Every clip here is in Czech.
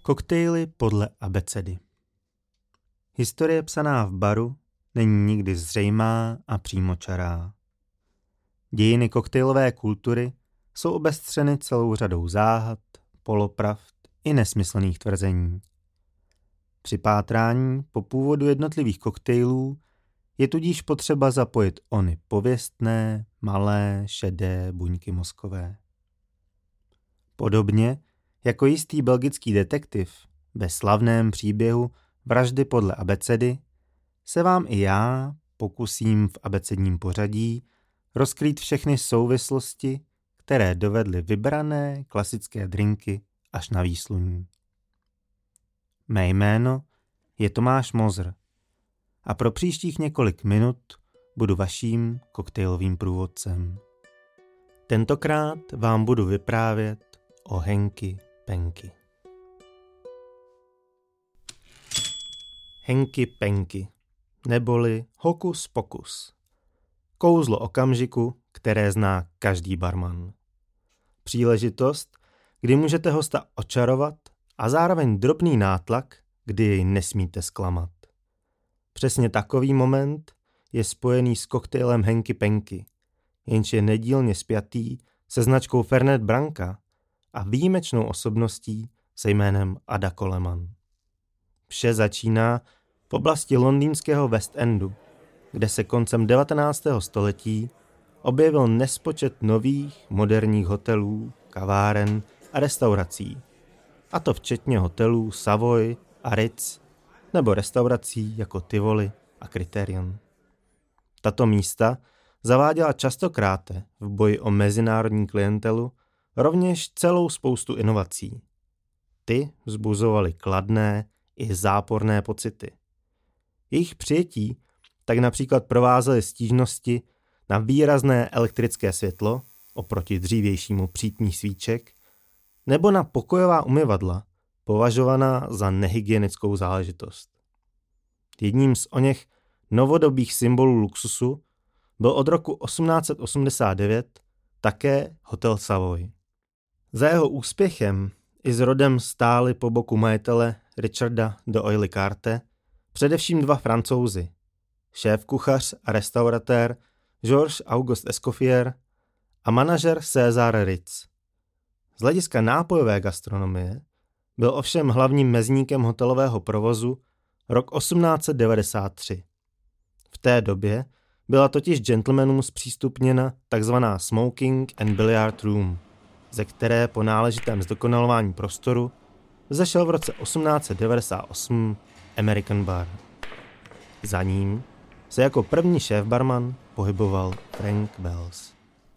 Koktejly podle abecedy. Historie psaná v baru není nikdy zřejmá a přímočará. Dějiny koktejlové kultury jsou obestřeny celou řadou záhad, polopravd i nesmyslných tvrzení. Při pátrání po původu jednotlivých koktejlů je tudíž potřeba zapojit ony pověstné, malé, šedé buňky mozkové. Podobně jako jistý belgický detektiv ve slavném příběhu Vraždy podle abecedy se vám i já pokusím v abecedním pořadí rozkrýt všechny souvislosti, které dovedly vybrané klasické drinky až na výsluní. Mé jméno je Tomáš Mozr a pro příštích několik minut budu vaším koktejlovým průvodcem. Tentokrát vám budu vyprávět o Henky Penky. Henky Penky, neboli hokus pokus. Kouzlo okamžiku, které zná každý barman. Příležitost, kdy můžete hosta očarovat a zároveň drobný nátlak, kdy jej nesmíte zklamat. Přesně takový moment je spojený s koktejlem Henky Penky, jenž je nedílně spjatý se značkou Fernet Branca a výjimečnou osobností se jménem Ada Coleman. Vše začíná v oblasti londýnského West Endu, kde se koncem 19. století objevil nespočet nových, moderních hotelů, kaváren a restaurací. A to včetně hotelů Savoy a Ritz, nebo restaurací jako Tivoli a Criterion. Tato místa zaváděla častokrát v boji o mezinárodní klientelu rovněž celou spoustu inovací. Ty vzbuzovaly kladné i záporné pocity. Jejich přijetí tak například provázely stížnosti na výrazné elektrické světlo oproti dřívějšímu přítmí svíček nebo na pokojová umyvadla, považovaná za nehygienickou záležitost. Jedním z oněch novodobých symbolů luxusu byl od roku 1889 také hotel Savoy. Za jeho úspěchem i s rodem stáli po boku majitele Richarda d'Oyly Carte především dva Francouzi, šéfkuchař a restauratér Georges Auguste Escoffier a manažer César Ritz. Z hlediska nápojové gastronomie byl ovšem hlavním mezníkem hotelového provozu rok 1893. V té době byla totiž gentlemanům zpřístupněna tzv. Smoking and Billiard Room, ze které po náležitém zdokonalování prostoru vzešel v roce 1898 American Bar. Za ním se jako první šéfbarman pohyboval Frank Wells.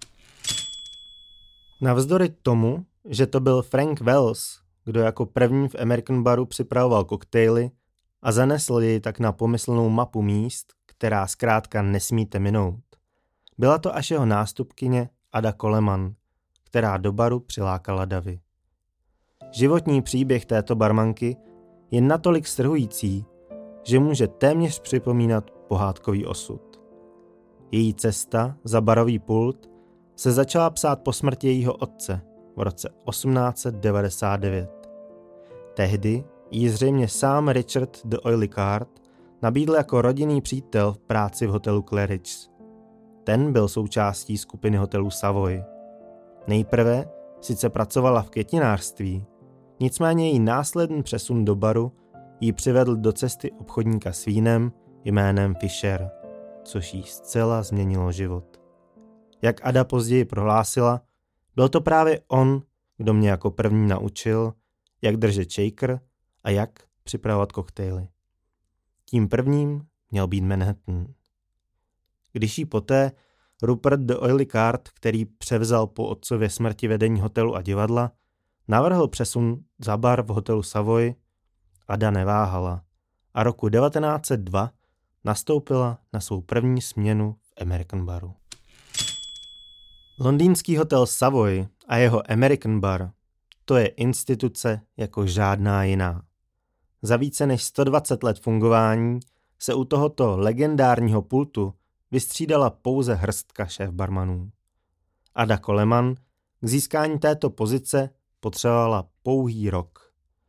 Navzdory tomu, že to byl Frank Wells, kdo jako první v American Baru připravoval koktejly a zanesl jej tak na pomyslnou mapu míst, která zkrátka nesmíte minout, byla to až jeho nástupkyně Ada Coleman, která do baru přilákala davy. Životní příběh této barmanky je natolik strhující, že může téměř připomínat pohádkový osud. Její cesta za barový pult se začala psát po smrti jejího otce v roce 1899. Tehdy jí zřejmě sám Richard d'Oyly Carte nabídl jako rodinný přítel v práci v hotelu Claridge's. Ten byl součástí skupiny hotelů Savoy. Nejprve sice pracovala v květinářství, nicméně její následný přesun do baru jí přivedl do cesty obchodníka s vínem jménem Fisher, což jí zcela změnilo život. Jak Ada později prohlásila, byl to právě on, kdo mě jako první naučil, jak držet shaker a jak připravovat koktejly. Tím prvním měl být Manhattan. Když jí poté Rupert d'Oyly Carte, který převzal po otcově smrti vedení hotelu a divadla, navrhl přesun za bar v hotelu Savoy, Ada neváhala a roku 1902 nastoupila na svou první směnu v American Baru. Londýnský hotel Savoy a jeho American Bar, to je instituce jako žádná jiná. Za více než 120 let fungování se u tohoto legendárního pultu vystřídala pouze hrstka šéfbarmanů. Ada Coleman k získání této pozice potřebovala pouhý rok.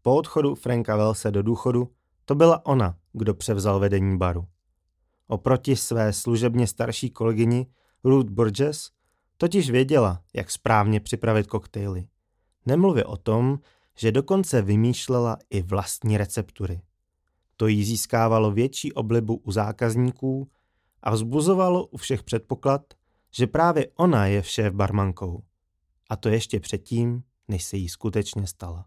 po odchodu Franka Wellse do důchodu to byla ona, kdo převzal vedení baru. Oproti své služebně starší kolegyni Ruth Burgess totiž věděla, jak správně připravit koktejly. Nemluvě o tom, že dokonce vymýšlela i vlastní receptury. To jí získávalo větší oblibu u zákazníků a vzbuzovalo u všech předpoklad, že právě ona je šéf barmankou. A to ještě předtím, než se jí skutečně stala.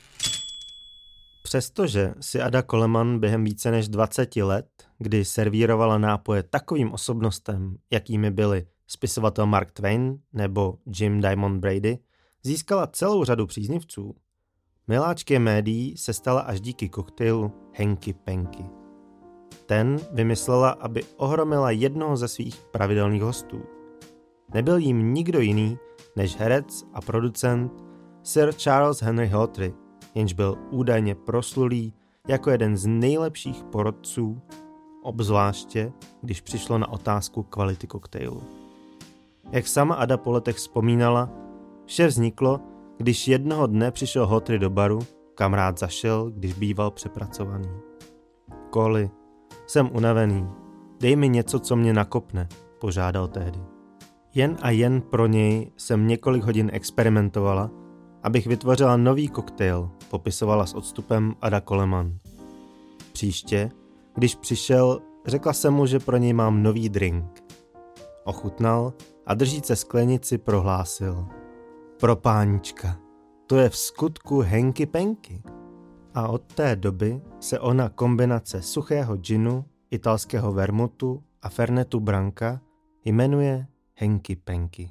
Přestože si Ada Coleman během více než 20 let, kdy servírovala nápoje takovým osobnostem, jakými byli spisovatel Mark Twain nebo Jim Diamond Brady, získala celou řadu příznivců, miláčky médií se stala až díky koktejlu Hanky Panky. Ten vymyslela, aby ohromila jednoho ze svých pravidelných hostů. Nebyl jím nikdo jiný než herec a producent Sir Charles Henry Hawtrey, jenž byl údajně proslulý jako jeden z nejlepších porodců, obzvláště když přišlo na otázku kvality koktejlu. Jak sama Ada po letech vzpomínala, vše vzniklo, když jednoho dne přišel Hawtrey do baru, kam rád zašel, když býval přepracovaný. Koli, jsem unavený, dej mi něco, co mě nakopne, požádal tehdy. Jen a jen pro něj jsem několik hodin experimentovala, abych vytvořila nový koktejl, popisovala s odstupem Ada Coleman. Příště, když přišel, řekla jsem mu, že pro něj mám nový drink. Ochutnal a držíce sklenici prohlásil: Pro pánička, to je v skutku Hanky Panky. A od té doby se ona kombinace suchého džinu, italského vermutu a fernetu branca jmenuje Hanky Panky.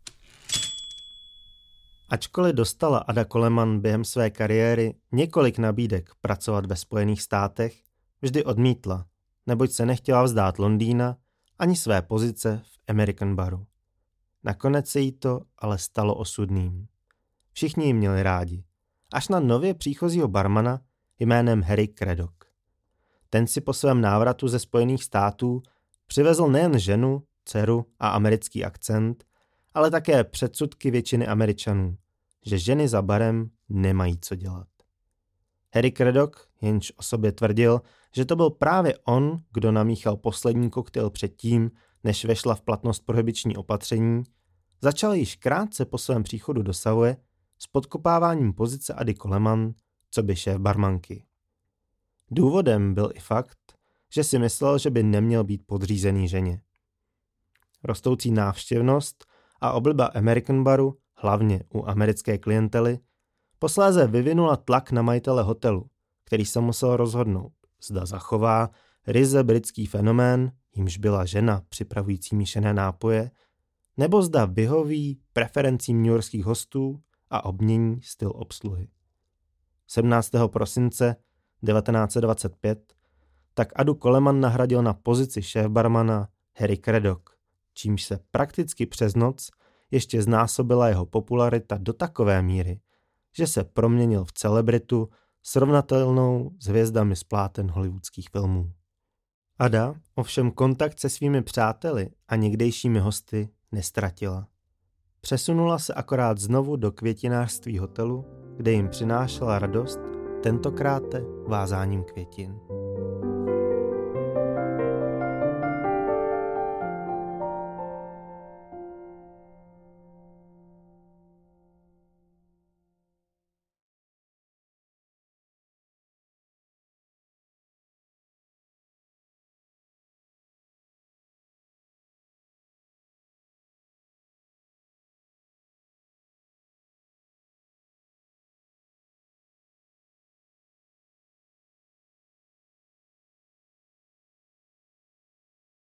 Ačkoliv dostala Ada Coleman během své kariéry několik nabídek pracovat ve Spojených státech, vždy odmítla, neboť se nechtěla vzdát Londýna ani své pozice v American baru. Nakonec se jí to ale stalo osudným. Všichni ji měli rádi, až na nově příchozího barmana jménem Harry Craddock. Ten si po svém návratu ze Spojených států přivezl nejen ženu, dceru a americký akcent, ale také předsudky většiny Američanů, že ženy za barem nemají co dělat. Harry Craddock, jenž o sobě tvrdil, že to byl právě on, kdo namíchal poslední koktejl předtím, než vešla v platnost prohibiční opatření, začal již krátce po svém příchodu do Savoye s podkopáváním pozice Ady Coleman, coby šéf barmanky. Důvodem byl i fakt, že si myslel, že by neměl být podřízený ženě. Rostoucí návštěvnost a obliba American baru, hlavně u americké klientely, posléze vyvinula tlak na majitele hotelu, který se musel rozhodnout, zda zachová ryze britský fenomén, jímž byla žena připravující míšené nápoje, nebo zda vyhoví preferencím newyorských hostů a obmění styl obsluhy. 17. prosince 1925 tak Adu Coleman nahradil na pozici šéfbarmana Harry Craddock, čímž se prakticky přes noc ještě znásobila jeho popularita do takové míry, že se proměnil v celebritu srovnatelnou s hvězdami z pláten hollywoodských filmů. Ada ovšem kontakt se svými přáteli a někdejšími hosty nestratila. Přesunula se akorát znovu do květinářství hotelu, kde jim přinášela radost, tentokráte vázáním květin.